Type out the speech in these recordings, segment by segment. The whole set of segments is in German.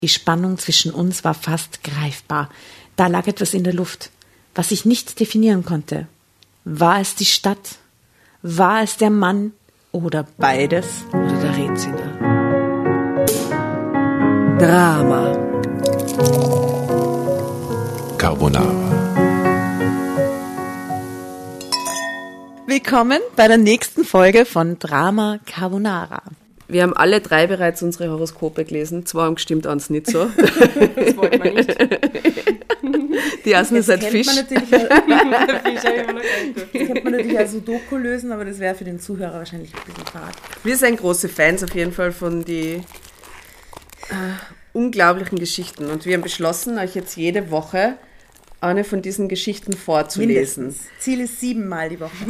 Die Spannung zwischen uns war fast greifbar. Da lag etwas in der Luft, was ich nicht definieren konnte. War es die Stadt? War es der Mann? Oder beides? Oder der Rätsiner? Drama. Carbonara. Willkommen bei der nächsten Folge von Drama Carbonara. Wir haben alle 3 bereits unsere Horoskope gelesen. 2 haben gestimmt, eins nicht so. Das wollte man nicht. Die ersten ist halt Fisch. Das könnte man natürlich als Sudoku lösen, aber das wäre für den Zuhörer wahrscheinlich ein bisschen fad. Wir sind große Fans auf jeden Fall von die unglaublichen Geschichten. Und wir haben beschlossen, euch jetzt jede Woche eine von diesen Geschichten vorzulesen. Mindestens. Ziel ist 7 Mal die Woche.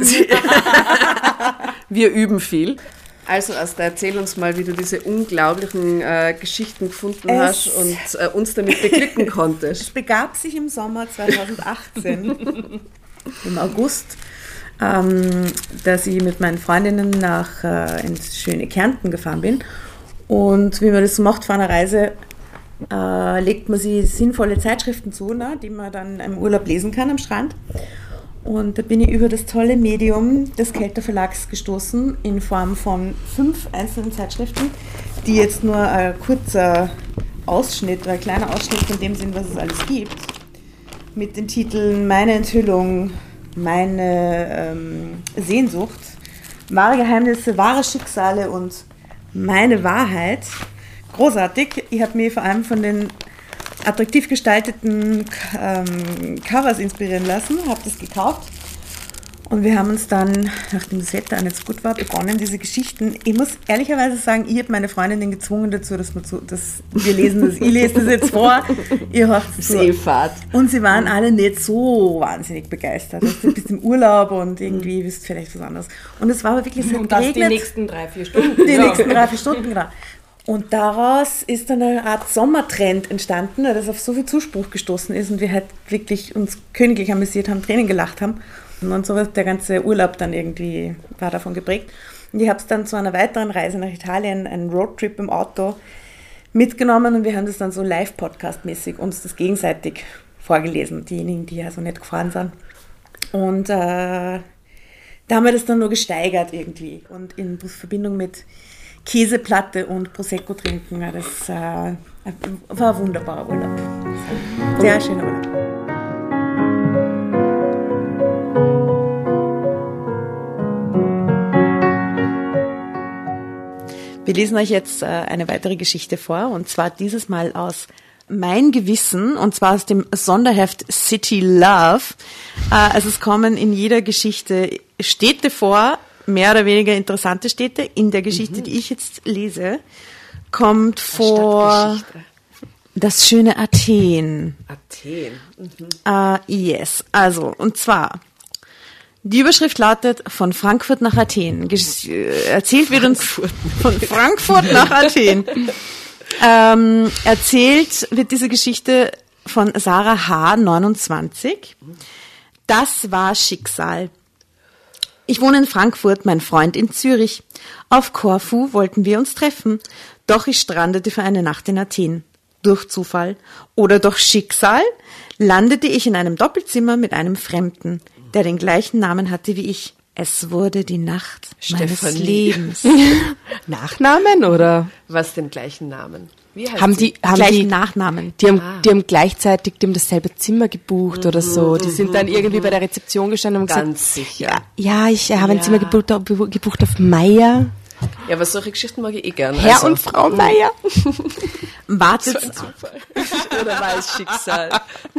Wir üben viel. Also Asta, erzähl uns mal, wie du diese unglaublichen Geschichten gefunden hast und uns damit beglücken konntest. Es begab sich im Sommer 2018, im August, dass ich mit meinen Freundinnen ins schöne Kärnten gefahren bin. Und wie man das so macht vor einer Reise, legt man sich sinnvolle Zeitschriften zu, die man dann im Urlaub lesen kann am Strand. Und da bin ich über das tolle Medium des Kelter Verlags gestoßen, in Form von 5 einzelnen Zeitschriften, die jetzt nur ein kurzer Ausschnitt, ein kleiner Ausschnitt von dem sind, was es alles gibt, mit den Titeln Meine Enthüllung, Meine Sehnsucht, Wahre Geheimnisse, wahre Schicksale und Meine Wahrheit. Großartig. Ich habe mich vor allem von den attraktiv gestalteten Covers inspirieren lassen, habe das gekauft und wir haben uns dann, nachdem das Wetter auch nicht so gut war, begonnen, diese Geschichten. Ich muss ehrlicherweise sagen, ich habe meine Freundin gezwungen dazu, dass wir lesen das. Ich lese das jetzt vor, ihr hört es zu. Seefahrt. Und sie waren alle nicht so wahnsinnig begeistert. Du bist im Urlaub und irgendwie bist vielleicht was anderes. Und es war aber wirklich so und das geregnet. die nächsten 3-4 Stunden. Die nächsten 3-4 Stunden, genau. Und daraus ist dann eine Art Sommertrend entstanden, das auf so viel Zuspruch gestoßen ist und wir halt wirklich uns königlich amüsiert haben, Tränen gelacht haben. Und so wird der ganze Urlaub dann irgendwie, war davon geprägt. Und ich habe es dann zu einer weiteren Reise nach Italien, einen Roadtrip im Auto mitgenommen und wir haben das dann so live-podcast-mäßig uns das gegenseitig vorgelesen, diejenigen, die also nicht gefahren sind. Und da haben wir das dann nur gesteigert irgendwie und in Verbindung mit Käseplatte und Prosecco trinken. Das war ein wunderbarer Urlaub. Sehr schöner Urlaub. Wir lesen euch jetzt eine weitere Geschichte vor und zwar dieses Mal aus Mein Gewissen und zwar aus dem Sonderheft City Love. Also es kommen in jeder Geschichte Städte vor, mehr oder weniger interessante Städte. In der Geschichte, die ich jetzt lese, kommt vor das schöne Athen. Athen. Yes, also, und zwar, die Überschrift lautet von Frankfurt nach Athen. Erzählt wird uns von Frankfurt nach Athen. Erzählt wird diese Geschichte von Sarah H. 29. Das war Schicksal. Ich wohne in Frankfurt, mein Freund in Zürich. Auf Korfu wollten wir uns treffen, doch ich strandete für eine Nacht in Athen. Durch Zufall oder durch Schicksal landete ich in einem Doppelzimmer mit einem Fremden, der den gleichen Namen hatte wie ich. Es wurde die Nacht meines Lebens. Nachnamen oder? Was den gleichen Namen? Wie heißt Haben die Nachnamen. Die haben gleichzeitig dasselbe Zimmer gebucht oder so. Die sind dann irgendwie bei der Rezeption gestanden und haben Ganz gesagt, sicher. ja, ich habe ein Zimmer gebucht auf Meier. Ja, aber solche Geschichten mag ich gerne. Herr und Frau Meier. Wartet. Oder war es Schicksal?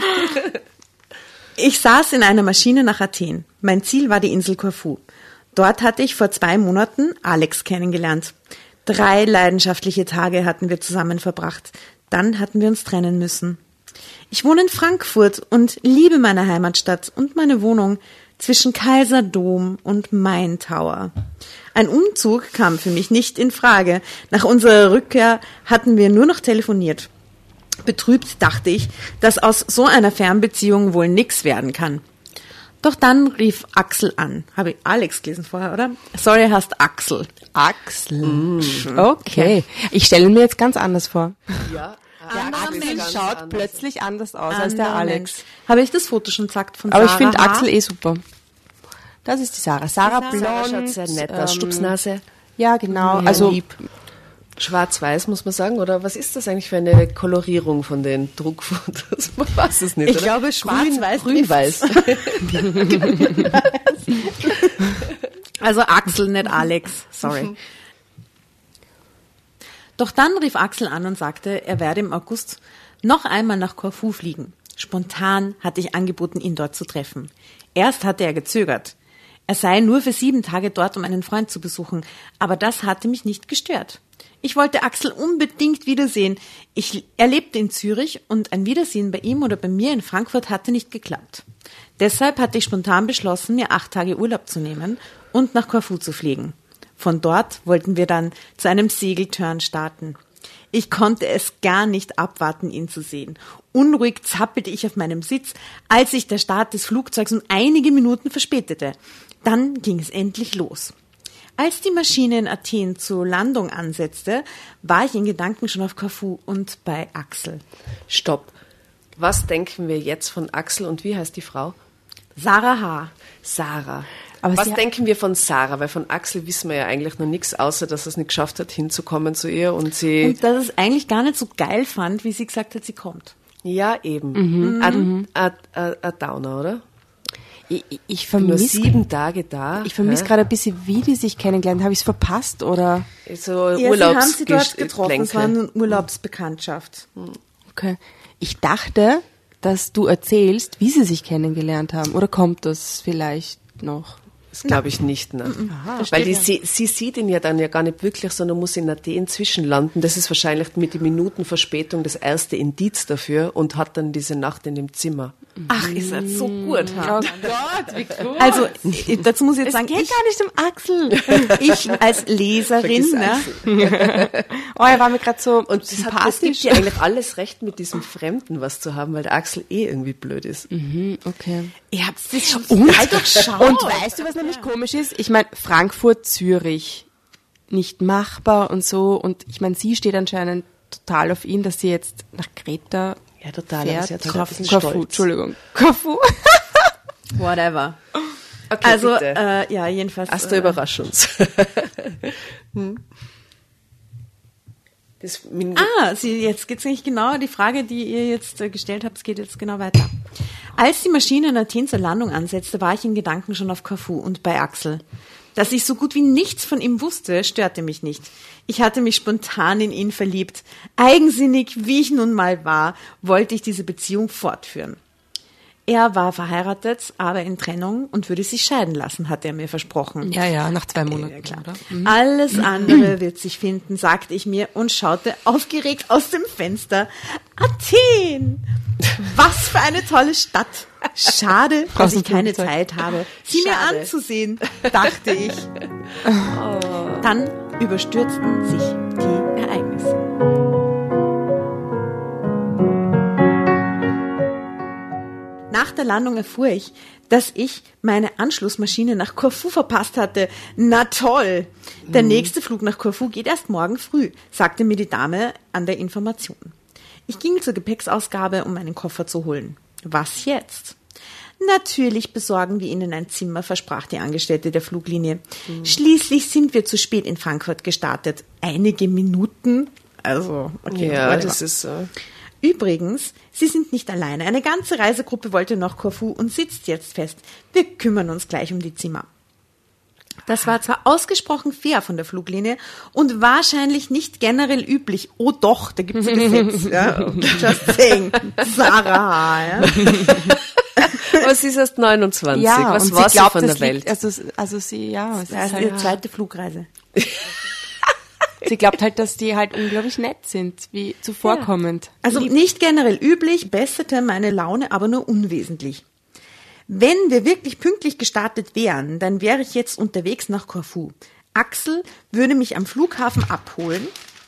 Ich saß in einer Maschine nach Athen. Mein Ziel war die Insel Korfu. Dort hatte ich vor 2 Monaten Alex kennengelernt. 3 leidenschaftliche Tage hatten wir zusammen verbracht. Dann hatten wir uns trennen müssen. Ich wohne in Frankfurt und liebe meine Heimatstadt und meine Wohnung zwischen Kaiserdom und Main Tower. Ein Umzug kam für mich nicht in Frage. Nach unserer Rückkehr hatten wir nur noch telefoniert. Betrübt dachte ich, dass aus so einer Fernbeziehung wohl nix werden kann. Doch dann rief Axel an. Habe ich Alex gelesen vorher, oder? Sorry, heißt Axel. Axel. Okay. Ich stelle mir jetzt ganz anders vor. Ja, Axel schaut plötzlich anders aus als der Alex. Habe ich das Foto schon gesagt von Aber Sarah? ich finde H? Axel super. Das ist die Sarah. Sarah blond. Sarah schaut sehr nett aus. Stupsnase. Ja, genau. Ja, Also lieb. Schwarz-Weiß, muss man sagen, oder was ist das eigentlich für eine Kolorierung von den Druckfotos? Man weiß es nicht, Ich oder? glaube, schwarz-weiß. Grün-Weiß. Also Axel, nicht Alex. Sorry. Doch dann rief Axel an und sagte, er werde im August noch einmal nach Korfu fliegen. Spontan hatte ich angeboten, ihn dort zu treffen. Erst hatte er gezögert. Er sei nur für 7 Tage dort, um einen Freund zu besuchen, aber das hatte mich nicht gestört. Ich wollte Axel unbedingt wiedersehen. Er lebte in Zürich und ein Wiedersehen bei ihm oder bei mir in Frankfurt hatte nicht geklappt. Deshalb hatte ich spontan beschlossen, mir 8 Tage Urlaub zu nehmen und nach Korfu zu fliegen. Von dort wollten wir dann zu einem Segeltörn starten. Ich konnte es gar nicht abwarten, ihn zu sehen. Unruhig zappelte ich auf meinem Sitz, als sich der Start des Flugzeugs um einige Minuten verspätete. Dann ging es endlich los. Als die Maschine in Athen zur Landung ansetzte, war ich in Gedanken schon auf Korfu und bei Axel. Stopp. Was denken wir jetzt von Axel und wie heißt die Frau? Sarah H. Sarah. Aber Was sie- denken wir von Sarah? Weil von Axel wissen wir ja eigentlich noch nichts, außer dass er es nicht geschafft hat, hinzukommen zu ihr und sie... Und dass es eigentlich gar nicht so geil fand, wie sie gesagt hat, sie kommt. ja, eben. Ein Downer, oder? Ich Nur vermisse 7 Tage da. ich vermiss gerade ein bisschen, wie die sich kennengelernt. Habe ich es verpasst oder? So Ja, sie haben sie dort getroffen, es war Urlaubsplänkel. eine Urlaubsbekanntschaft. Okay. Ich dachte, dass du erzählst, wie sie sich kennengelernt haben. Oder kommt das vielleicht noch? Das glaube ich nicht. Ne? Weil sie sieht ihn ja dann ja gar nicht wirklich, sondern muss in Athen zwischenlanden. Das ist wahrscheinlich mit den Minuten Verspätung das erste Indiz dafür und hat dann diese Nacht in dem Zimmer. Ach, ist das so gut. Oh Gott, wie cool. Also, dazu muss ich jetzt sagen, geht gar nicht um Axel. ich als Leserin, ne, Oh, er war mir gerade so Und das gibt sympathisch. dir eigentlich alles recht, mit diesem Fremden was zu haben, weil der Axel irgendwie blöd ist. Okay. ihr habt das schon Und, durchschaut. und weißt du, was nämlich komisch ist? Ich meine, Frankfurt, Zürich, nicht machbar und so. Und ich meine, sie steht anscheinend total auf ihn, dass sie jetzt nach Kreta Ja, total. fährt. Aber sie hat halt ein bisschen Korfu, Stolz. Entschuldigung. Korfu. Whatever. Okay, Also, bitte. ja, jedenfalls. Asta, überrasch uns. Jetzt geht's nicht genau. Die Frage, die ihr jetzt gestellt habt, es geht jetzt genau weiter. Als die Maschine in Athen zur Landung ansetzte, war ich in Gedanken schon auf Korfu und bei Axel. Dass ich so gut wie nichts von ihm wusste, störte mich nicht. Ich hatte mich spontan in ihn verliebt. Eigensinnig, wie ich nun mal war, wollte ich diese Beziehung fortführen. Er war verheiratet, aber in Trennung und würde sich scheiden lassen, hat er mir versprochen. Ja, nach 2 Monaten. Ja, klar. Oder? Alles andere wird sich finden, sagte ich mir und schaute aufgeregt aus dem Fenster. Athen! Was für eine tolle Stadt! Schade, dass ich keine Zeit habe, sie mir Schade. anzusehen, dachte ich. Dann überstürzten sich die Ereignisse. Nach der Landung erfuhr ich, dass ich meine Anschlussmaschine nach Korfu verpasst hatte. Na toll! Der nächste Flug nach Korfu geht erst morgen früh, sagte mir die Dame an der Information. Ich ging zur Gepäcksausgabe, um meinen Koffer zu holen. Was jetzt? Natürlich besorgen wir Ihnen ein Zimmer, versprach die Angestellte der Fluglinie. Schließlich sind wir zu spät in Frankfurt gestartet. Einige Minuten? Also, okay. Ja, whatever. das ist so. Übrigens, Sie sind nicht alleine. Eine ganze Reisegruppe wollte nach Korfu und sitzt jetzt fest. Wir kümmern uns gleich um die Zimmer. Das war zwar ausgesprochen fair von der Fluglinie und wahrscheinlich nicht generell üblich. Oh doch, da gibt's ein Gesetz. Ja. Just saying. Sarah. Ja. Aber sie ist erst 29. Ja, Was und war sie glaubt, von der das Welt? liegt, also sie, ja, es Das ist ist ihre halt, zweite Flugreise. sie glaubt halt, dass die halt unglaublich nett sind, wie zuvorkommend. Also nicht generell üblich, besserte meine Laune aber nur unwesentlich. Wenn wir wirklich pünktlich gestartet wären, dann wäre ich jetzt unterwegs nach Korfu. Axel würde mich am Flughafen abholen.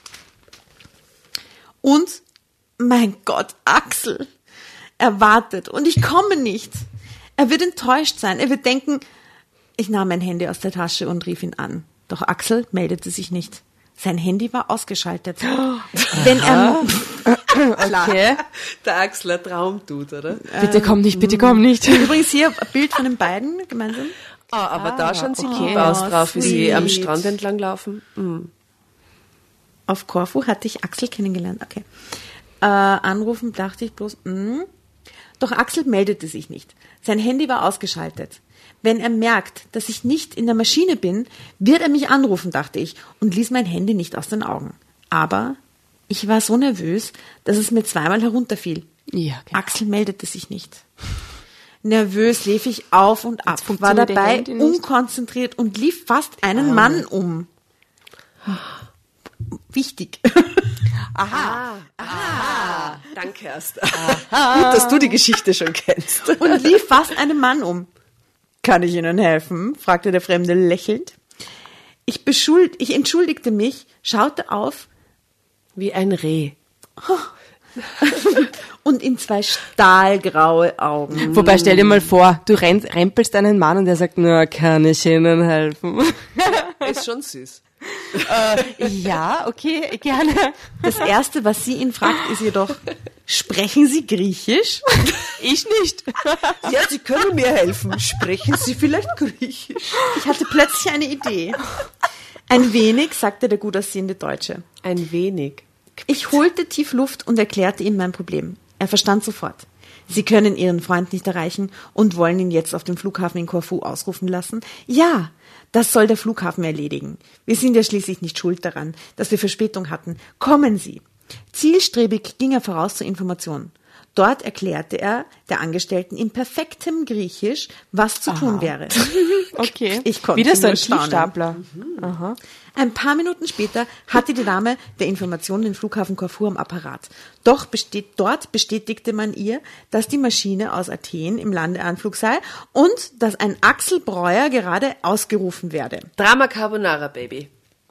Und, mein Gott, Axel, er wartet und ich komme nicht. Er wird enttäuscht sein. Er wird denken, ich nahm mein Handy aus der Tasche und rief ihn an. Doch Axel meldete sich nicht. Sein Handy war ausgeschaltet. Wenn er... Okay. Der Axel ein Traumtut, oder? Bitte komm nicht, bitte komm nicht. Übrigens hier ein Bild von den beiden gemeinsam. Aber da schauen sie okay. lieb aus drauf, wie sie am Sweet. Strand entlang laufen. Auf Korfu hatte ich Axel kennengelernt. Okay. Anrufen dachte ich bloß, Doch Axel meldete sich nicht. Sein Handy war ausgeschaltet. Wenn er merkt, dass ich nicht in der Maschine bin, wird er mich anrufen, dachte ich, und ließ mein Handy nicht aus den Augen. Aber ich war so nervös, dass es mir zweimal herunterfiel. Ja, okay. Axel meldete sich nicht. Nervös lief ich auf und ab, war funktioniert der dabei Handy nicht. unkonzentriert und lief fast einen Mann um. Wichtig. Danke erst. Gut, dass du die Geschichte schon kennst. Und lief fast einen Mann um. Kann ich Ihnen helfen? Fragte der Fremde lächelnd. Ich entschuldigte mich, schaute auf Wie ein Reh. und in zwei stahlgraue Augen. Wobei, stell dir mal vor, du rempelst einen Mann und der sagt, na, kann ich Ihnen helfen? Ist schon süß. Ja, okay, gerne. Das Erste, was sie ihn fragt, ist jedoch, sprechen Sie Griechisch? Ich nicht. Ja, Sie können mir helfen. Sprechen Sie vielleicht Griechisch? Ich hatte plötzlich eine Idee. Ein wenig, sagte der gut aussehende Deutsche. Ein wenig. Ich holte tief Luft und erklärte ihm mein Problem. Er verstand sofort. Sie können Ihren Freund nicht erreichen und wollen ihn jetzt auf dem Flughafen in Korfu ausrufen lassen? Ja, das soll der Flughafen erledigen. Wir sind ja schließlich nicht schuld daran, dass wir Verspätung hatten. Kommen Sie. Zielstrebig ging er voraus zur Information. Dort erklärte er der Angestellten in perfektem Griechisch, was zu tun wäre. Okay. Ich konnte Wieder so nur ein staunen. Tiefstapler. Ein paar Minuten später hatte die Dame der Information den Flughafen Korfu am Apparat. Doch dort bestätigte man ihr, dass die Maschine aus Athen im Landeanflug sei und dass ein Axel Breuer gerade ausgerufen werde. Drama Carbonara, Baby.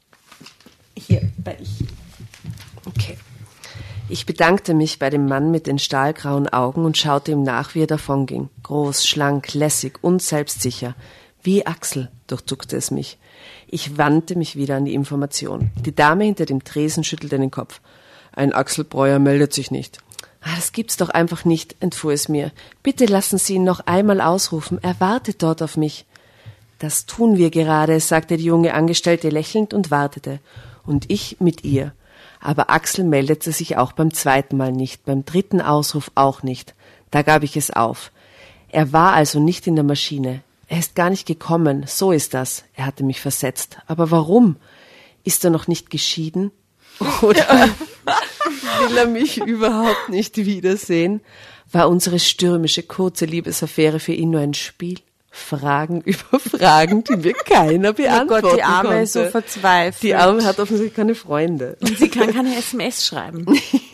Hier, bei ich. Okay. Ich bedankte mich bei dem Mann mit den stahlgrauen Augen und schaute ihm nach, wie er davonging. Groß, schlank, lässig und selbstsicher. Wie Axel, durchzuckte es mich. Ich wandte mich wieder an die Information. Die Dame hinter dem Tresen schüttelte den Kopf. Ein Axel Breuer meldet sich nicht. Das gibt's doch einfach nicht, entfuhr es mir. Bitte lassen Sie ihn noch einmal ausrufen. Er wartet dort auf mich. Das tun wir gerade, sagte die junge Angestellte lächelnd und wartete. Und ich mit ihr. Aber Axel meldete sich auch beim zweiten Mal nicht, beim dritten Ausruf auch nicht. Da gab ich es auf. Er war also nicht in der Maschine. Er ist gar nicht gekommen, so ist das. Er hatte mich versetzt. Aber warum? Ist er noch nicht geschieden? Oder will er mich überhaupt nicht wiedersehen? War unsere stürmische, kurze Liebesaffäre für ihn nur ein Spiel? Fragen über Fragen, die mir keiner beantworten Gott, die Arme konnte. ist so verzweifelt. Die Arme hat offensichtlich keine Freunde. Und sie kann keine SMS schreiben.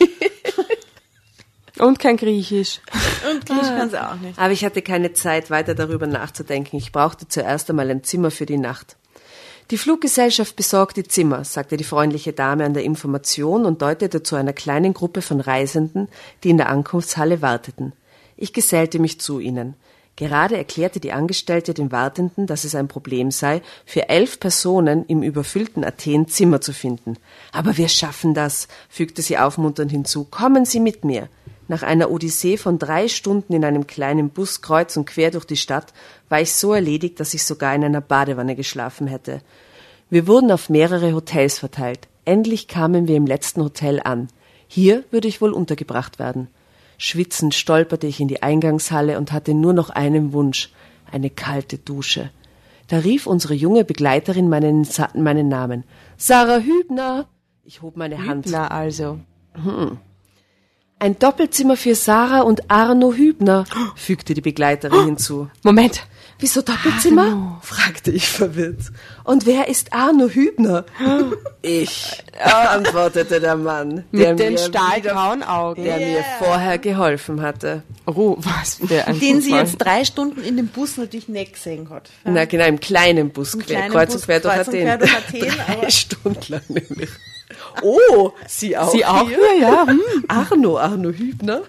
Und kein Griechisch. Und Griechisch kann sie auch nicht. Aber ich hatte keine Zeit, weiter darüber nachzudenken. Ich brauchte zuerst einmal ein Zimmer für die Nacht. Die Fluggesellschaft besorgt die Zimmer, sagte die freundliche Dame an der Information und deutete zu einer kleinen Gruppe von Reisenden, die in der Ankunftshalle warteten. Ich gesellte mich zu ihnen. Gerade erklärte die Angestellte den Wartenden, dass es ein Problem sei, für 11 Personen im überfüllten Athen Zimmer zu finden. Aber wir schaffen das, fügte sie aufmunternd hinzu. Kommen Sie mit mir. Nach einer Odyssee von 3 Stunden in einem kleinen Bus kreuz und quer durch die Stadt war ich so erledigt, dass ich sogar in einer Badewanne geschlafen hätte. Wir wurden auf mehrere Hotels verteilt. Endlich kamen wir im letzten Hotel an. Hier würde ich wohl untergebracht werden. Schwitzend stolperte ich in die Eingangshalle und hatte nur noch einen Wunsch, eine kalte Dusche. Da rief unsere junge Begleiterin meinen Namen. Sarah Hübner! Ich hob meine Hand. Na also. Ein Doppelzimmer für Sarah und Arno Hübner, fügte die Begleiterin hinzu. Moment. Wieso Doppelzimmer? Fragte ich verwirrt. Und wer ist Arno Hübner? Ich, antwortete der Mann, Mit den stahlgrauen Augen. der mir vorher geholfen hatte. Oh, was für ein Den sie Zufall. jetzt 3 Stunden in dem Bus natürlich nicht gesehen hat. Ja. Na genau, im kleinen Bus, kleinen kreuz und Bus, quer durch kreuz und Athen. quer durch Athen, 3 aber- Stunden lang nämlich. Oh, Sie auch Sie auch hier? hier, ja. Arno Hübner.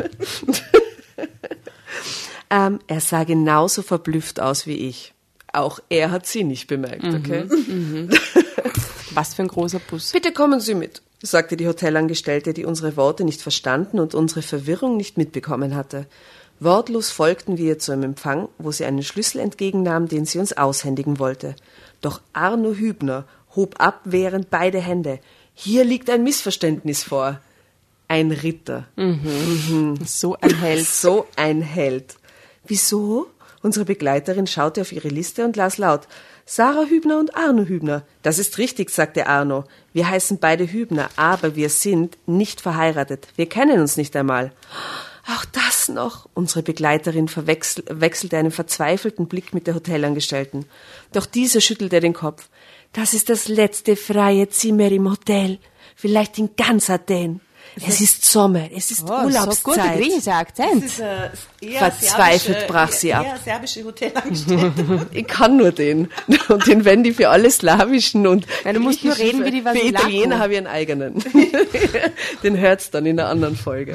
Er sah genauso verblüfft aus wie ich. Auch er hat sie nicht bemerkt, okay? Was für ein großer Bus. Bitte kommen Sie mit, sagte die Hotelangestellte, die unsere Worte nicht verstanden und unsere Verwirrung nicht mitbekommen hatte. Wortlos folgten wir zu einem Empfang, wo sie einen Schlüssel entgegennahm, den sie uns aushändigen wollte. Doch Arno Hübner hob abwehrend beide Hände. Hier liegt ein Missverständnis vor. Ein Ritter. So ein Held. So ein Held. Wieso? Unsere Begleiterin schaute auf ihre Liste und las laut. Sarah Hübner und Arno Hübner. Das ist richtig, sagte Arno. Wir heißen beide Hübner, aber wir sind nicht verheiratet. Wir kennen uns nicht einmal. Auch das noch. Unsere Begleiterin wechselte einen verzweifelten Blick mit der Hotelangestellten. Doch diese schüttelte den Kopf. Das ist das letzte freie Zimmer im Hotel. Vielleicht in ganz Athen. Es ist Sommer, es ist Urlaubszeit. So guter griechischer Akzent. Verzweifelt brach sie ab. Eher serbische Hotelangestellte. Ich kann nur den. Und den Wendy für alle slawischen und Ja, du musst nur reden wie die für Vasilako. Italiener habe ich einen eigenen. Den hört's dann in einer anderen Folge.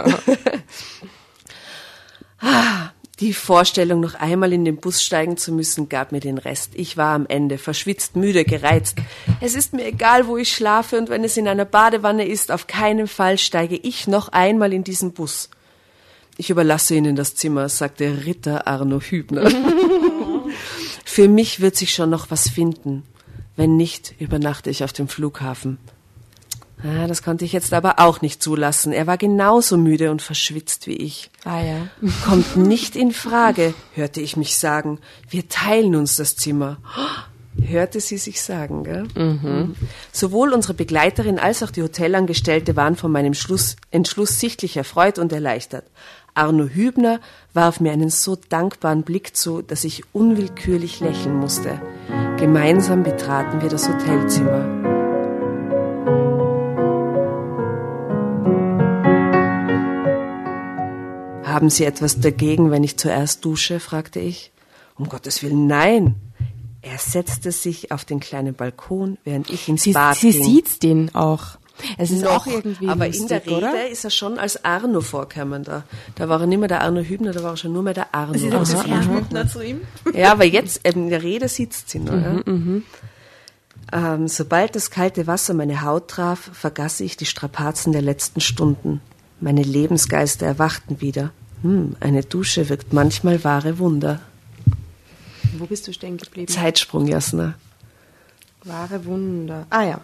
Die Vorstellung, noch einmal in den Bus steigen zu müssen, gab mir den Rest. Ich war am Ende, verschwitzt, müde, gereizt. Es ist mir egal, wo ich schlafe, und wenn es in einer Badewanne ist, auf keinen Fall steige ich noch einmal in diesen Bus. Ich überlasse Ihnen das Zimmer, sagte Ritter Arno Hübner. Für mich wird sich schon noch was finden. Wenn nicht, übernachte ich auf dem Flughafen. Das konnte ich jetzt aber auch nicht zulassen. Er war genauso müde und verschwitzt wie ich. Ah ja. Kommt nicht in Frage, hörte ich mich sagen. Wir teilen uns das Zimmer. Hörte sie sich sagen, gell? Sowohl unsere Begleiterin als auch die Hotelangestellte waren von meinem Entschluss sichtlich erfreut und erleichtert. Arno Hübner warf mir einen so dankbaren Blick zu, dass ich unwillkürlich lächeln musste. Gemeinsam betraten wir das Hotelzimmer. Haben Sie etwas dagegen, wenn ich zuerst dusche? Fragte ich. Um Gottes Willen, nein. Er setzte sich auf den kleinen Balkon, während ich ins Bad ging. Sie sieht den auch. Es ist Noch, auch irgendwie aber lustig, in der Rede oder? ist er schon als Arno vorgekommen da. Da war er nicht mehr der Arno Hübner, da war er schon nur mehr der Arno. Sie sagt, das Hübner zu ihm. Ja, aber jetzt in der Rede sitzt sie noch. Sobald das kalte Wasser meine Haut traf, vergaß ich die Strapazen der letzten Stunden. Meine Lebensgeister erwachten wieder. Eine Dusche wirkt manchmal wahre Wunder. Wo bist du stehen geblieben? Zeitsprung, Jasna. Wahre Wunder. Ah ja.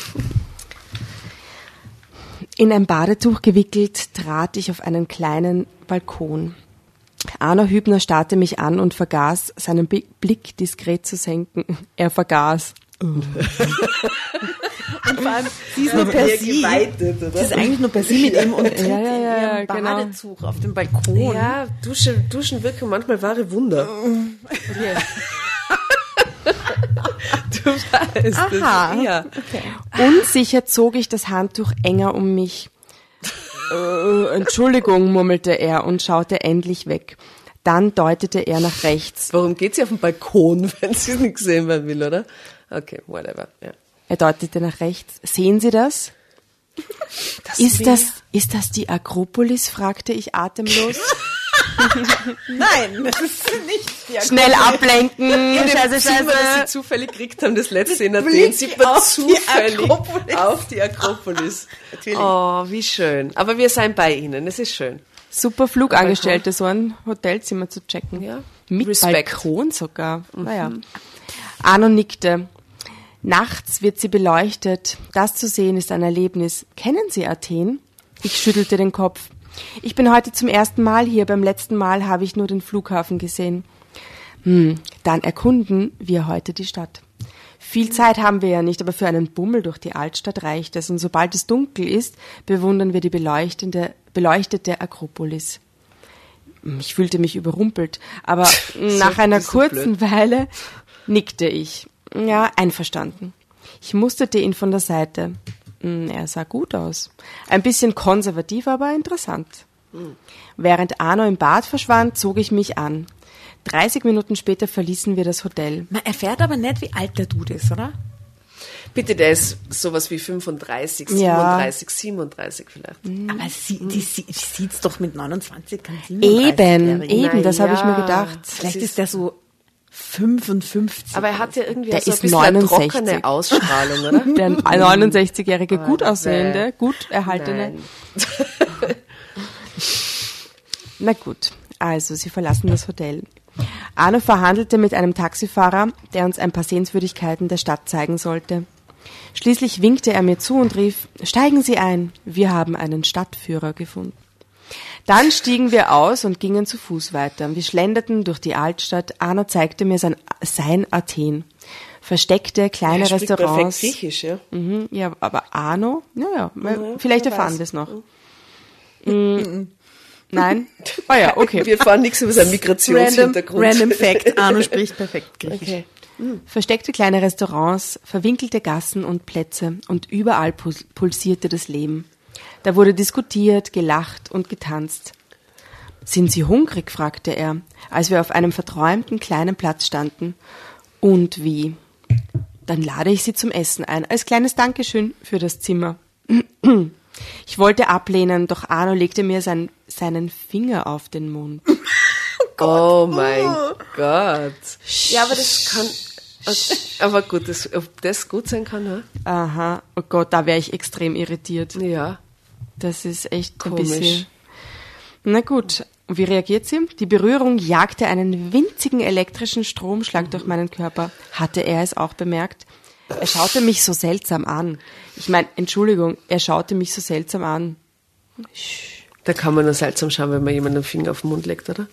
In ein Badetuch gewickelt trat ich auf einen kleinen Balkon. Arno Hübner starrte mich an und vergaß, seinen Blick diskret zu senken. Er vergaß. Und vor allem, sie ist nur per sie. Sie ist eigentlich nur per sie mit ihm und trinkt in ihrem Badezug auf dem Balkon. Ja, Duschen wirken manchmal wahre Wunder. Du weißt Aha. es. Ja. Okay. Unsicher zog ich das Handtuch enger um mich. Entschuldigung, murmelte er und schaute endlich weg. Dann deutete er nach rechts. Warum geht sie auf den Balkon, wenn sie es nicht gesehen werden will, oder? Okay, whatever. Ja. Er deutete nach rechts. Sehen Sie das? Ist das die Akropolis? Fragte ich atemlos. Nein, das ist nicht die Schnell ablenken. Scheiße. Das sie zufällig gekriegt haben, das letzte in Athen. Sieht man zufällig auf die Akropolis. Natürlich. Oh, wie schön. Aber wir sind bei Ihnen, es ist schön. Super Flugangestellte, so ein Hotelzimmer zu checken. Ja. Mit Respekt. Balkon sogar. Naja. Arno nickte. Nachts wird sie beleuchtet. Das zu sehen ist ein Erlebnis. Kennen Sie Athen? Ich schüttelte den Kopf. Ich bin heute zum ersten Mal hier. Beim letzten Mal habe ich nur den Flughafen gesehen. Dann erkunden wir heute die Stadt. Viel Zeit haben wir ja nicht, aber für einen Bummel durch die Altstadt reicht es. Und sobald es dunkel ist, bewundern wir die beleuchtete Akropolis. Ich fühlte mich überrumpelt, aber nach einer kurzen Weile nickte ich. Ja, einverstanden. Ich musterte ihn von der Seite. Er sah gut aus. Ein bisschen konservativ, aber interessant. Während Arno im Bad verschwand, zog ich mich an. 30 Minuten später verließen wir das Hotel. Man erfährt aber nicht, wie alt der Dude ist, oder? Bitte, der ist sowas wie 35, Ja. 37 vielleicht. Aber die sieht's doch mit 29, kann 37-Jährigen. Eben, das habe ich mir ja. gedacht. Vielleicht ist der so 55. Aber er hat ja irgendwie Der so ein ist bisschen eine 69. trockene Ausstrahlung, oder? Der 69-jährige, gut aussehende, gut erhaltene. Nein. Na gut, also sie verlassen das Hotel. Arno verhandelte mit einem Taxifahrer, der uns ein paar Sehenswürdigkeiten der Stadt zeigen sollte. Schließlich winkte er mir zu und rief, steigen Sie ein, wir haben einen Stadtführer gefunden. Dann stiegen wir aus und gingen zu Fuß weiter. Wir schlenderten durch die Altstadt. Arno zeigte mir sein Athen. Versteckte kleine Er spricht Restaurants. perfekt Griechisch, ja. Mhm, ja, aber Arno, vielleicht erfahren wir es noch. Nein? Ah ja, okay. Wir erfahren nichts über seinen Migrationshintergrund. Random Fact, Arno spricht perfekt Griechisch. Okay. Versteckte kleine Restaurants, verwinkelte Gassen und Plätze und überall pulsierte das Leben. Da wurde diskutiert, gelacht und getanzt. »Sind Sie hungrig?« fragte er, als wir auf einem verträumten kleinen Platz standen. »Und wie?« »Dann lade ich Sie zum Essen ein, als kleines Dankeschön für das Zimmer.« Ich wollte ablehnen, doch Arno legte mir seinen Finger auf den Mund. Oh mein Gott. Ja, aber das kann... Aber gut, ob das gut sein kann, ja? Aha, oh Gott, da wäre ich extrem irritiert. Ja. Das ist echt Komisch. ein bisschen... Na gut, wie reagiert sie? Die Berührung jagte einen winzigen elektrischen Stromschlag durch meinen Körper. Hatte er es auch bemerkt? Er schaute mich so seltsam an. Ich meine, Entschuldigung, er schaute mich so seltsam an. Da kann man nur seltsam schauen, wenn man jemanden den Finger auf den Mund legt, oder?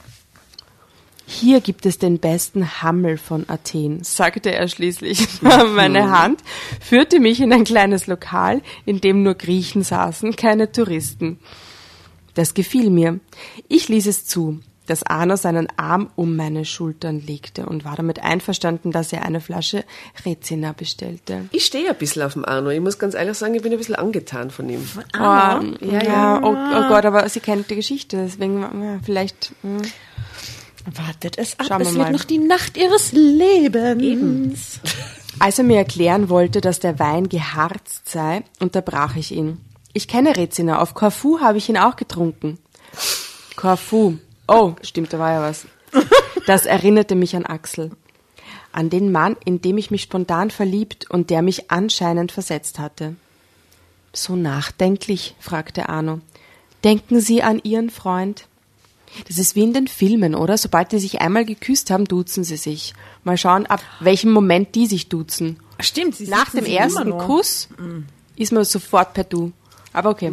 Hier gibt es den besten Hammel von Athen, sagte er schließlich. Meine Hand führte mich in ein kleines Lokal, in dem nur Griechen saßen, keine Touristen. Das gefiel mir. Ich ließ es zu, dass Arno seinen Arm um meine Schultern legte und war damit einverstanden, dass er eine Flasche Rezina bestellte. Ich stehe ein bisschen auf dem Arno. Ich muss ganz ehrlich sagen, ich bin ein bisschen angetan von ihm. Oh Gott, aber sie kennt die Geschichte, deswegen vielleicht... Wartet es ab, Schauen wir es wird mal. noch die Nacht ihres Lebens. Als er mir erklären wollte, dass der Wein geharzt sei, unterbrach ich ihn. Ich kenne Rezina, auf Korfu habe ich ihn auch getrunken. Korfu. Oh, stimmt, da war ja was. Das erinnerte mich an Axel. An den Mann, in dem ich mich spontan verliebt und der mich anscheinend versetzt hatte. So nachdenklich, fragte Arno. Denken Sie an Ihren Freund? Das ist wie in den Filmen, oder? Sobald die sich einmal geküsst haben, duzen sie sich. Mal schauen, ab welchem Moment die sich duzen. Stimmt, sie Nach dem ersten Kuss ist man sofort per Du. Aber okay.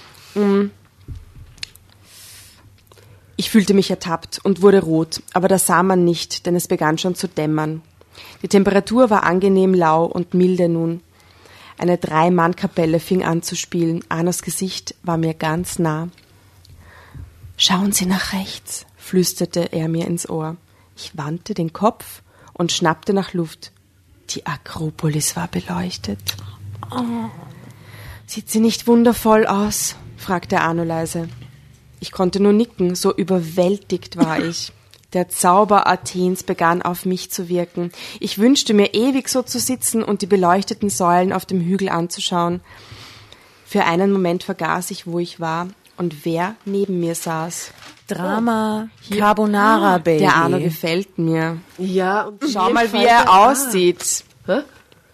Ich fühlte mich ertappt und wurde rot, aber das sah man nicht, denn es begann schon zu dämmern. Die Temperatur war angenehm lau und milde nun. Eine 3-Mann-Kapelle fing an zu spielen. Arnos Gesicht war mir ganz nah. »Schauen Sie nach rechts«, flüsterte er mir ins Ohr. Ich wandte den Kopf und schnappte nach Luft. Die Akropolis war beleuchtet. Oh. »Sieht sie nicht wundervoll aus?« fragte Arno leise. Ich konnte nur nicken, so überwältigt war ich. Der Zauber Athens begann auf mich zu wirken. Ich wünschte mir, ewig so zu sitzen und die beleuchteten Säulen auf dem Hügel anzuschauen. Für einen Moment vergaß ich, wo ich war und wer neben mir saß. Drama Carbonara, Baby. Der Arno gefällt mir. Ja, und Schau mal, wie er aussieht. Hä?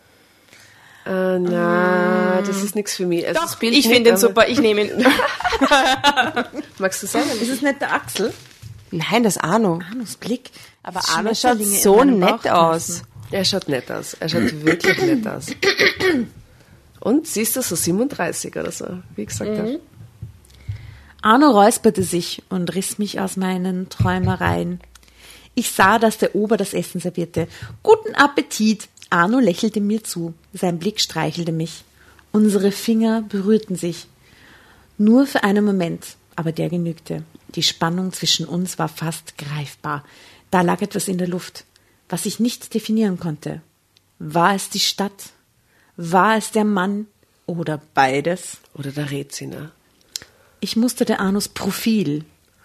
Na, das ist nichts für mich. Also das Bild Ich nicht, finde ihn aber- super, ich nehme ihn. Magst du sagen? Ist es nicht der Axel? Nein, das Arno. Arnos Blick. Aber Arno schaut Schmetterlinge in so meinem nett Bauch aus. Er schaut nett aus. Er schaut wirklich nett aus. Und siehst du, so 37 oder so, wie ich gesagt habe. Arno räusperte sich und riss mich aus meinen Träumereien. Ich sah, dass der Ober das Essen servierte. Guten Appetit! Arno lächelte mir zu. Sein Blick streichelte mich. Unsere Finger berührten sich. Nur für einen Moment, aber der genügte. Die Spannung zwischen uns war fast greifbar. Da lag etwas in der Luft, was ich nicht definieren konnte. War es die Stadt? War es der Mann? Oder beides? Oder der Rezina. Ich musterte Arnos Profil.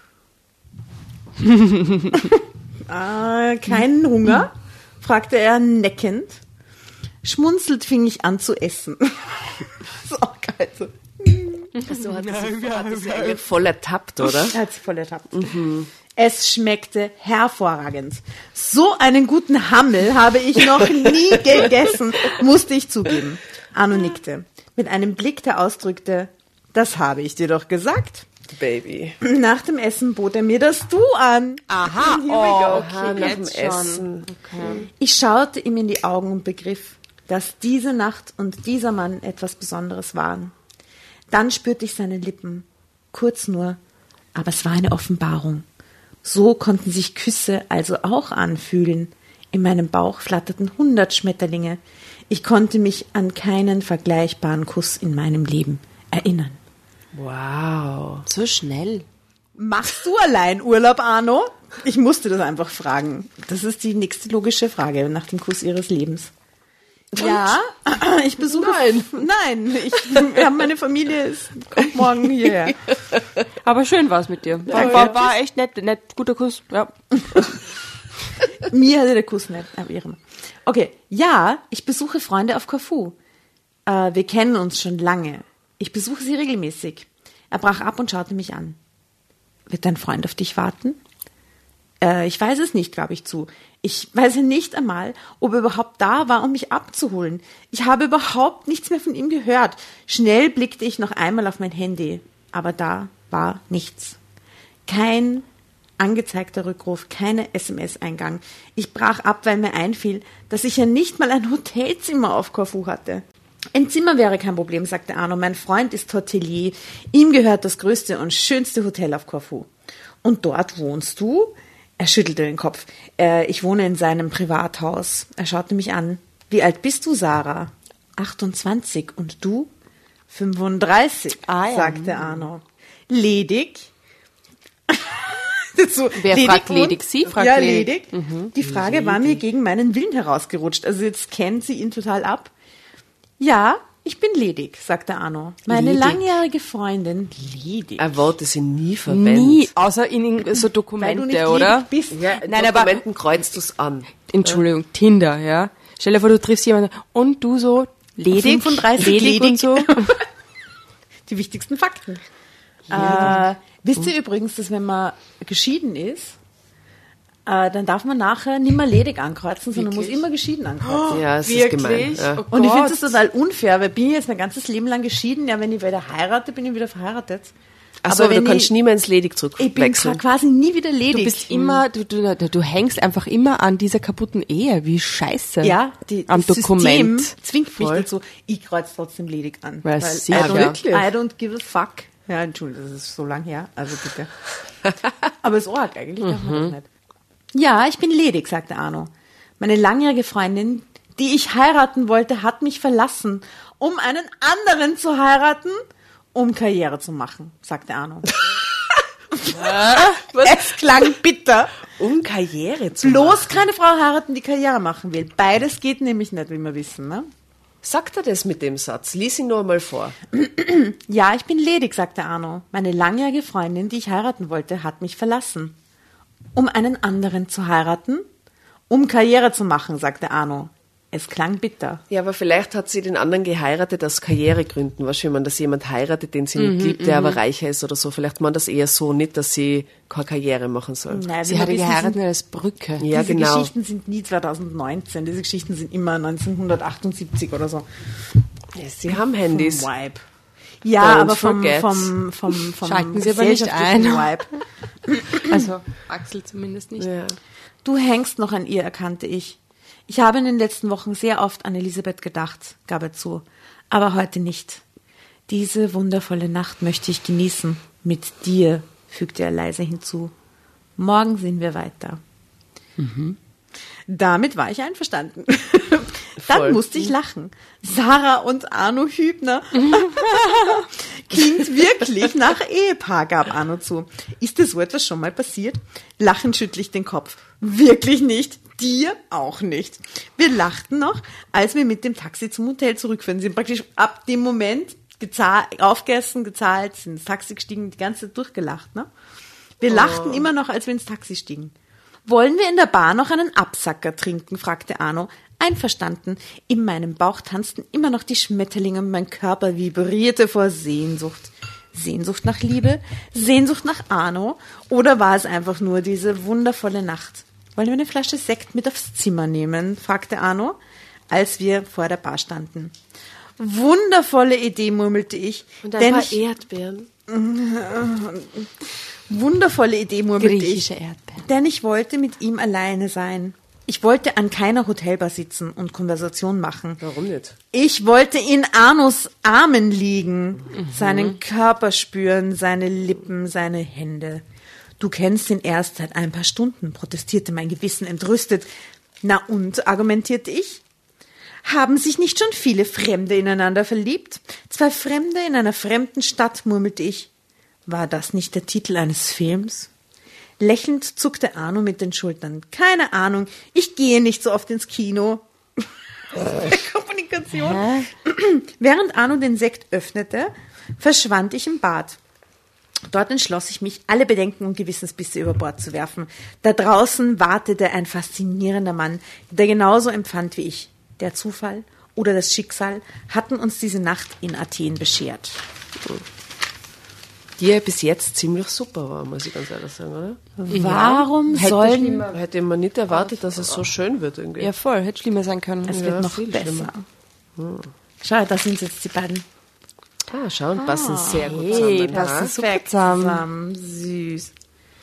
Keinen Hunger? Fragte er neckend. Schmunzelt fing ich an zu essen. Das ist auch geil. So. So hat er sich eigentlich voll ertappt, oder? Er hat sich voll ertappt. Es schmeckte hervorragend. So einen guten Hammel habe ich noch nie gegessen, musste ich zugeben. Arno nickte, mit einem Blick, der ausdrückte, das habe ich dir doch gesagt. Baby. Nach dem Essen bot er mir das Du an. Aha, Here we go. Aha, nach dem Essen. Okay. Ich schaute ihm in die Augen und begriff, dass diese Nacht und dieser Mann etwas Besonderes waren. Dann spürte ich seine Lippen. Kurz nur, aber es war eine Offenbarung. So konnten sich Küsse also auch anfühlen. In meinem Bauch flatterten 100 Schmetterlinge. Ich konnte mich an keinen vergleichbaren Kuss in meinem Leben erinnern. Wow. So schnell. Machst du allein Urlaub, Arno? Ich musste das einfach fragen. Das ist die nächste logische Frage nach dem Kuss ihres Lebens. Ja, ich besuche... Nein, wir haben meine Familie, kommt morgen hierher. Aber schön war es mit dir. War echt nett, guter Kuss. Ja. Mir hatte der Kuss nicht erwehren. Okay, ja, ich besuche Freunde auf Korfu. Wir kennen uns schon lange. Ich besuche sie regelmäßig. Er brach ab und schaute mich an. Wird dein Freund auf dich warten? Ich weiß es nicht, gab ich zu. Ich weiß nicht einmal, ob er überhaupt da war, um mich abzuholen. Ich habe überhaupt nichts mehr von ihm gehört. Schnell blickte ich noch einmal auf mein Handy, aber da war nichts. Kein angezeigter Rückruf, keine SMS-Eingang. Ich brach ab, weil mir einfiel, dass ich ja nicht mal ein Hotelzimmer auf Korfu hatte. Ein Zimmer wäre kein Problem, sagte Arno. Mein Freund ist Hotelier. Ihm gehört das größte und schönste Hotel auf Korfu. Und dort wohnst du? Er schüttelte den Kopf. Ich wohne in seinem Privathaus. Er schaute mich an. Wie alt bist du, Sarah? 28. Und du? 35, sagte Arno. Ledig? So, Wer fragt ledig? Sie fragt ja, ledig. ledig. Die Frage war mir gegen meinen Willen herausgerutscht. Also jetzt kennt sie ihn total ab. Ja, ich bin ledig, sagte Arno. Meine langjährige Freundin, ledig. Ein Wort, das ich nie verwende. Nie, außer in so Weil du Dokumente, nicht oder? ledig bist. Ja, in Nein, aber- Dokumenten kreuzt du es an. Entschuldigung, Tinder, ja. Stell dir vor, du triffst jemanden und du so ledig, 35 ledig und so. Die wichtigsten Fakten. Wisst ihr übrigens, dass wenn man geschieden ist, dann darf man nachher nicht mehr ledig ankreuzen, sondern muss immer geschieden ankreuzen. Ja, es ist gemein. Wirklich? Ja. Oh Und ich finde Gott. das total unfair, weil bin ich jetzt mein ganzes Leben lang geschieden, ja, wenn ich wieder heirate, bin ich wieder verheiratet. Achso, aber du wenn kannst nie mehr ins Ledig ich bin zurückwechseln. quasi nie wieder ledig. Du bist immer, du hängst einfach immer an dieser kaputten Ehe. Wie scheiße. ja, am das Dokument. System zwingt mich Voll. dazu, ich kreuze trotzdem ledig an. Weil Weil sicher. I don't give a fuck. Ja, Entschuldigung, das ist so lang her, also bitte. Aber es ist arg, eigentlich darf man das nicht. Ja, ich bin ledig, sagte Arno. Meine langjährige Freundin, die ich heiraten wollte, hat mich verlassen, um einen anderen zu heiraten, um Karriere zu machen, sagte Arno. Es klang bitter. Um Karriere zu machen. Bloß keine Frau heiraten, die Karriere machen will. Beides geht nämlich nicht, wie wir wissen, ne? Sagt er das mit dem Satz? Lies ihn nur mal vor. Ja, ich bin ledig, sagte Arno. Meine langjährige Freundin, die ich heiraten wollte, hat mich verlassen. Um einen anderen zu heiraten? Um Karriere zu machen, sagte Arno. Es klang bitter. Ja, aber vielleicht hat sie den anderen geheiratet aus Karrieregründen. Weißt du, wenn man das jemand heiratet, den sie nicht liebt, der aber reicher ist oder so. Vielleicht man das eher so nicht, dass sie keine Karriere machen soll. Nein, Sie wie wir hatte wissen, geheiratet sind- als Brücke. Ja, diese genau. Geschichten sind nie 2019. Diese Geschichten sind immer 1978 oder so. Ja, sie haben Handys. Vibe. Ja, Don't aber vom Schalten Sie aber nicht ein. Vibe. Also Axel zumindest nicht. Ja. Du hängst noch an ihr, erkannte ich. Ich habe in den letzten Wochen sehr oft an Elisabeth gedacht, gab er zu. Aber heute nicht. Diese wundervolle Nacht möchte ich genießen. Mit dir, fügte er leise hinzu. Morgen sehen wir weiter. Damit war ich einverstanden. Dann Voll. musste ich lachen. Sarah und Arno Hübner. Klingt wirklich nach Ehepaar, gab Arno zu. Ist dir so etwas schon mal passiert? Lachend schüttle ich den Kopf. Wirklich nicht. Dir auch nicht. Wir lachten noch, als wir mit dem Taxi zum Hotel zurückfuhren. Sie sind praktisch ab dem Moment aufgegessen, gezahlt, sind ins Taxi gestiegen, die ganze Zeit durchgelacht. Ne? Wir lachten immer noch, als wir ins Taxi stiegen. Wollen wir in der Bar noch einen Absacker trinken? Fragte Arno. Einverstanden. In meinem Bauch tanzten immer noch die Schmetterlinge und mein Körper vibrierte vor Sehnsucht. Sehnsucht nach Liebe? Sehnsucht nach Arno? Oder war es einfach nur diese wundervolle Nacht? Wollen wir eine Flasche Sekt mit aufs Zimmer nehmen? Fragte Arno, als wir vor der Bar standen. Wundervolle Idee, murmelte ich. Und ein paar Erdbeeren. Wundervolle Idee, murmelte Griechische ich. Erdbeeren. Denn ich wollte mit ihm alleine sein. Ich wollte an keiner Hotelbar sitzen und Konversation machen. Warum nicht? Ich wollte in Arnos Armen liegen, seinen Körper spüren, seine Lippen, seine Hände. Du kennst ihn erst seit ein paar Stunden, protestierte mein Gewissen entrüstet. Na und, argumentierte ich? Haben sich nicht schon viele Fremde ineinander verliebt? Zwei Fremde in einer fremden Stadt, murmelte ich. War das nicht der Titel eines Films? Lächelnd zuckte Arno mit den Schultern. Keine Ahnung, ich gehe nicht so oft ins Kino. Kommunikation. Während Arno den Sekt öffnete, verschwand ich im Bad. Dort entschloss ich mich, alle Bedenken und Gewissensbisse über Bord zu werfen. Da draußen wartete ein faszinierender Mann, der genauso empfand wie ich. Der Zufall oder das Schicksal hatten uns diese Nacht in Athen beschert. Die ja bis jetzt ziemlich super war, muss ich ganz ehrlich sagen, oder? Warum sollen... Hätte man nicht erwartet, dass es so schön wird irgendwie. Ja, voll. Hätte schlimmer sein können. Es Ja, wird noch viel besser. Schau, da sind jetzt die beiden. Ah, schau, und passen sehr gut Hey, zusammen. passen Ja. super zusammen. Süß.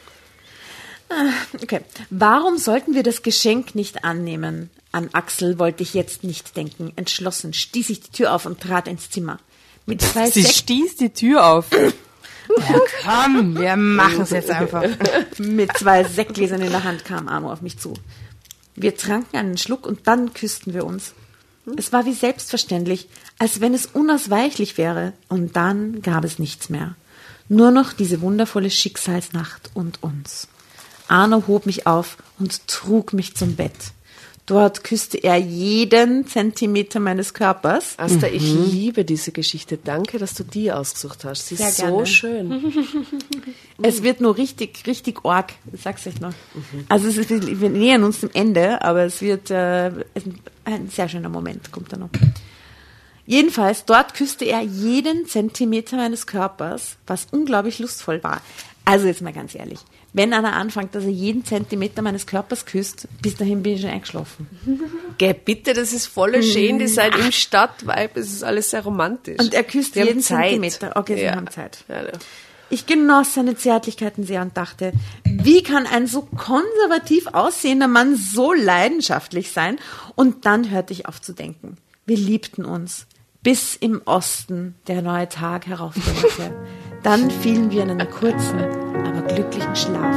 Okay. Warum sollten wir das Geschenk nicht annehmen? An Axel wollte ich jetzt nicht denken. Entschlossen stieß ich die Tür auf und trat ins Zimmer. Mit zwei Sie stieß die Tür auf. Ja, komm, wir machen es jetzt einfach. Mit zwei Sektgläsern in der Hand kam Arno auf mich zu. Wir tranken einen Schluck und dann küssten wir uns. Es war wie selbstverständlich, als wenn es unausweichlich wäre. Und dann gab es nichts mehr. Nur noch diese wundervolle Schicksalsnacht und uns. Arno hob mich auf und trug mich zum Bett. Dort küsste er jeden Zentimeter meines Körpers. Asta, ich liebe diese Geschichte. Danke, dass du die ausgesucht hast. Sie ist Sehr so gerne. schön. Es wird nur richtig arg, ich sag's euch noch. Also wir nähern uns dem Ende, aber es wird ein sehr schöner Moment, kommt da noch. Jedenfalls, dort küsste er jeden Zentimeter meines Körpers, was unglaublich lustvoll war. Also jetzt mal ganz ehrlich, wenn einer anfängt, dass er jeden Zentimeter meines Körpers küsst, bis dahin bin ich schon eingeschlafen. Geh, bitte, das ist voll schön. Die seid im Stadtvibe, es ist alles sehr romantisch. Und er küsst Wir haben jeden Zeit. Zentimeter. Okay, sie Ja. haben Zeit. Ja, ja. Ich genoss seine Zärtlichkeiten sehr und dachte, wie kann ein so konservativ aussehender Mann so leidenschaftlich sein? Und dann hörte ich auf zu denken. Wir liebten uns, bis im Osten der neue Tag heraufdämmerte. Dann fielen wir in einen kurzen, aber glücklichen Schlaf.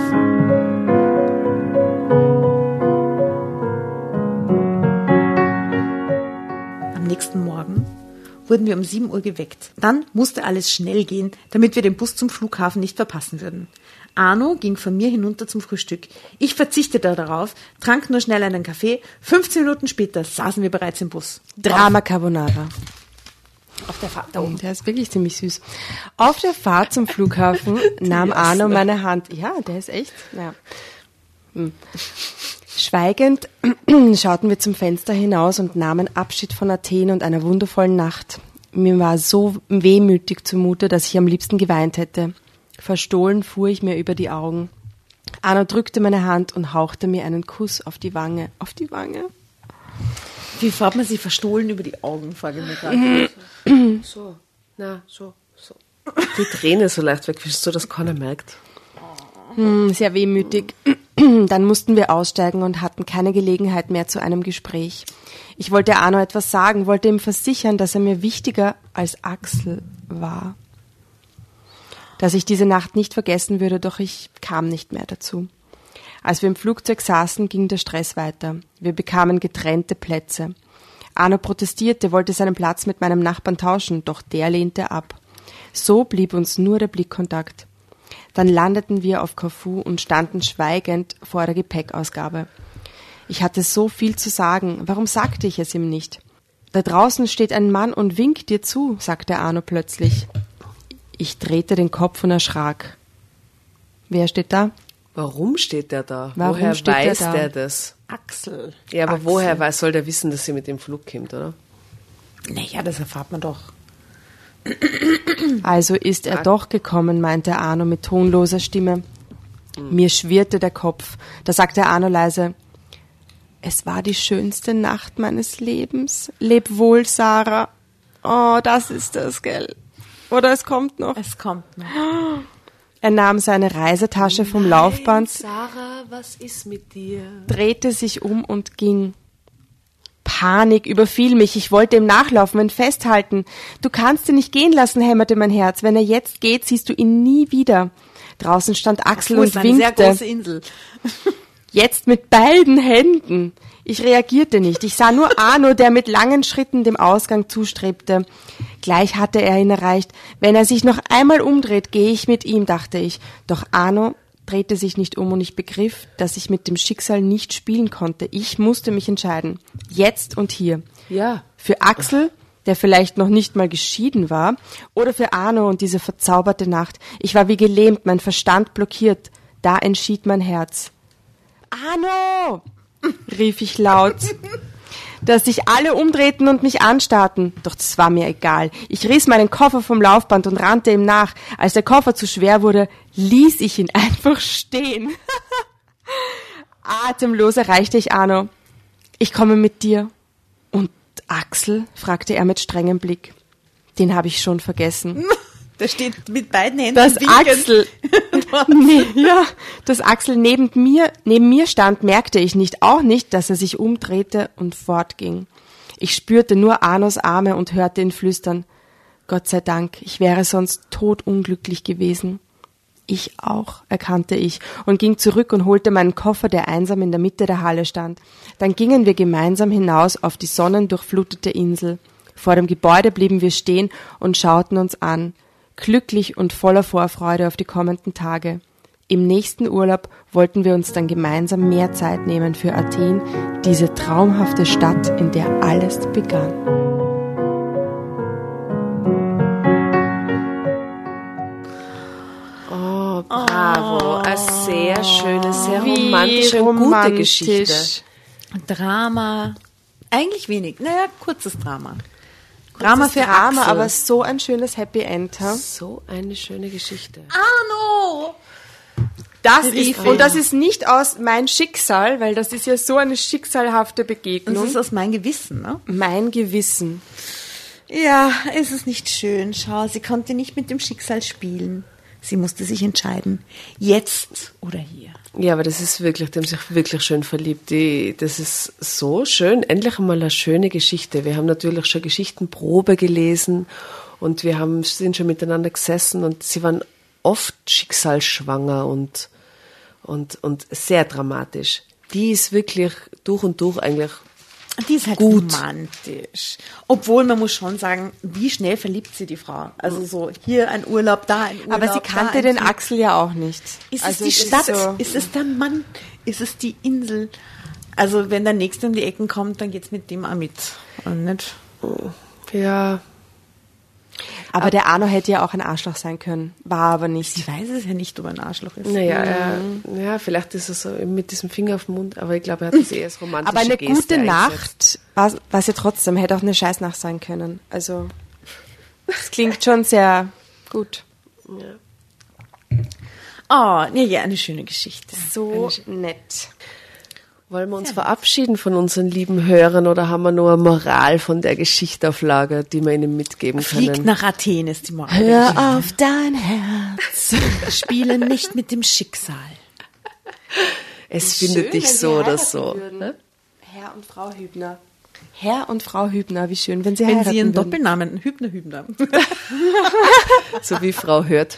Am nächsten Morgen wurden wir um 7 Uhr geweckt. Dann musste alles schnell gehen, damit wir den Bus zum Flughafen nicht verpassen würden. Arno ging von mir hinunter zum Frühstück. Ich verzichtete darauf, trank nur schnell einen Kaffee. 15 Minuten später saßen wir bereits im Bus. Drama Carbonara. Auf der Fahrt da oben. Der ist wirklich ziemlich süß. Auf der Fahrt zum Flughafen nahm Arno meine Hand. Ja, der ist echt. Ja. Schweigend schauten wir zum Fenster hinaus und nahmen Abschied von Athen und einer wundervollen Nacht. Mir war so wehmütig zumute, dass ich am liebsten geweint hätte. Verstohlen fuhr ich mir über die Augen. Arno drückte meine Hand und hauchte mir einen Kuss auf die Wange. Auf die Wange? Wie fährt man sich verstohlen über die Augen, frage ich mich gerade. So, na, so. Die Träne so leicht wegwischst, so dass keiner merkt. Sehr wehmütig. Dann mussten wir aussteigen und hatten keine Gelegenheit mehr zu einem Gespräch. Ich wollte Arno etwas sagen, wollte ihm versichern, dass er mir wichtiger als Axel war. Dass ich diese Nacht nicht vergessen würde, doch ich kam nicht mehr dazu. Als wir im Flugzeug saßen, ging der Stress weiter. Wir bekamen getrennte Plätze. Arno protestierte, wollte seinen Platz mit meinem Nachbarn tauschen, doch der lehnte ab. So blieb uns nur der Blickkontakt. Dann landeten wir auf Korfu und standen schweigend vor der Gepäckausgabe. Ich hatte so viel zu sagen, warum sagte ich es ihm nicht? Da draußen steht ein Mann und winkt dir zu, sagte Arno plötzlich. Ich drehte den Kopf und erschrak. Wer steht da? Warum steht der da? Warum woher steht der weiß da? der das? Axel. Ja, aber Axel. soll der wissen, dass sie mit dem Flug kommt, oder? Naja, das erfahrt man doch. Also ist er doch gekommen, meinte Arno mit tonloser Stimme. Mir schwirrte der Kopf. Da sagte Arno leise, es war die schönste Nacht meines Lebens. Leb wohl, Sarah. Oh, das ist das, gell? Oder es kommt noch. Es kommt noch. Er nahm seine Reisetasche vom Laufband, Sarah, was ist mit dir? drehte sich um und ging. Panik überfiel mich. Ich wollte ihm nachlaufen und festhalten. Du kannst ihn nicht gehen lassen, hämmerte mein Herz. Wenn er jetzt geht, siehst du ihn nie wieder. Draußen stand Axel und eine sehr winkte. große Insel. Jetzt mit beiden Händen. Ich reagierte nicht. Ich sah nur Arno, der mit langen Schritten dem Ausgang zustrebte. Gleich hatte er ihn erreicht. Wenn er sich noch einmal umdreht, gehe ich mit ihm, dachte ich. Doch Arno drehte sich nicht um und ich begriff, dass ich mit dem Schicksal nicht spielen konnte. Ich musste mich entscheiden. Jetzt und hier. Ja. Für Axel, der vielleicht noch nicht mal geschieden war, oder für Arno und diese verzauberte Nacht. Ich war wie gelähmt, mein Verstand blockiert. Da entschied mein Herz. Arno! Rief ich laut, dass sich alle umdrehten und mich anstarrten. Doch das war mir egal. Ich riss meinen Koffer vom Laufband und rannte ihm nach. Als der Koffer zu schwer wurde, ließ ich ihn einfach stehen. Atemlos erreichte ich Arno. Ich komme mit dir. Und Axel? Fragte er mit strengem Blick. Den habe ich schon vergessen. Der steht mit beiden Händen Dass winkend. Axel, dass Axel neben mir stand, merkte ich nicht, auch nicht, dass er sich umdrehte und fortging. Ich spürte nur Arnos Arme und hörte ihn flüstern. Gott sei Dank, ich wäre sonst todunglücklich gewesen. Ich auch, erkannte ich und ging zurück und holte meinen Koffer, der einsam in der Mitte der Halle stand. Dann gingen wir gemeinsam hinaus auf die sonnendurchflutete Insel. Vor dem Gebäude blieben wir stehen und schauten uns an. Glücklich und voller Vorfreude auf die kommenden Tage. Im nächsten Urlaub wollten wir uns dann gemeinsam mehr Zeit nehmen für Athen, diese traumhafte Stadt, in der alles begann. Oh, bravo. Eine sehr schöne, sehr romantische und gute Geschichte. Drama. Eigentlich wenig. Naja, kurzes Drama. Drama für Drama, Axel. aber so ein schönes Happy End. Ha? So eine schöne Geschichte. Arno! Das ist nicht aus mein Schicksal, weil das ist ja so eine schicksalhafte Das Begegnung. ist aus meinem Gewissen, ne? Mein Gewissen. Ja, es ist nicht schön. Schau, sie konnte nicht mit dem Schicksal spielen. Sie musste sich entscheiden. Jetzt oder hier. Ja, aber das ist wirklich, die haben sich wirklich schön verliebt. Das ist so schön. Endlich einmal eine schöne Geschichte. Wir haben natürlich schon Geschichtenprobe gelesen und sind schon miteinander gesessen und sie waren oft schicksalsschwanger und sehr dramatisch. Die ist wirklich durch und durch eigentlich Die ist halt gut. romantisch. Obwohl, man muss schon sagen, wie schnell verliebt sie die Frau. Also so, hier ein Urlaub, da ein Urlaub. Aber sie kannte den Axel ja auch nicht. Ist Also es die es Stadt? ist so- Ist es der Mann? Ist es die Insel? Also wenn der Nächste um die Ecken kommt, dann geht's mit dem auch mit. Und nicht? Ja. Aber der Arno hätte ja auch ein Arschloch sein können. War aber nicht. Ich weiß es ja nicht, ob er ein Arschloch ist. Naja, ja, vielleicht ist er so mit diesem Finger auf dem Mund, aber ich glaube, er hat das eher als romantische Aber eine Geste gute eingesetzt. Nacht war es ja trotzdem, hätte auch eine Scheißnacht sein können. Also, das klingt schon sehr gut. Oh, ja, eine schöne Geschichte. So nett. Wollen wir uns verabschieden von unseren lieben Hörern oder haben wir nur eine Moral von der Geschichte auf Lager, die wir ihnen mitgeben Fliegt können? nach Athen ist die Moral. Hör auf dein Herz. Spielen nicht mit dem Schicksal. Es findet dich so oder so. Ne? Herr und Frau Hübner. Herr und Frau Hübner, wie schön, wenn sie Wenn heiraten sie einen würden. Doppelnamen, einen Hübner. So wie Frau Hört.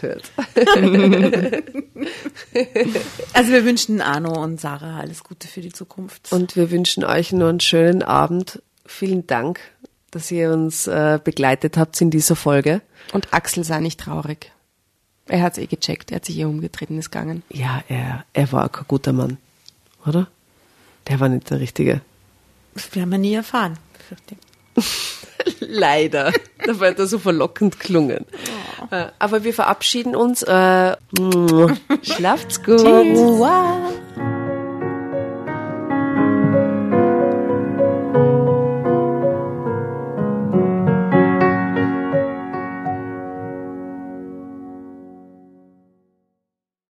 Also wir wünschen Arno und Sarah alles Gute für die Zukunft. Und wir wünschen euch nur einen schönen Abend. Vielen Dank, dass ihr uns begleitet habt in dieser Folge. Und Axel sei nicht traurig. Er hat es gecheckt, er hat sich umgedreht und ist gegangen. Ja, er war kein guter Mann, oder? Der war nicht der Richtige. Das werden wir nie erfahren. Leider. Dabei hat er so verlockend gelungen. Aber wir verabschieden uns. Schlaft's gut. Wow.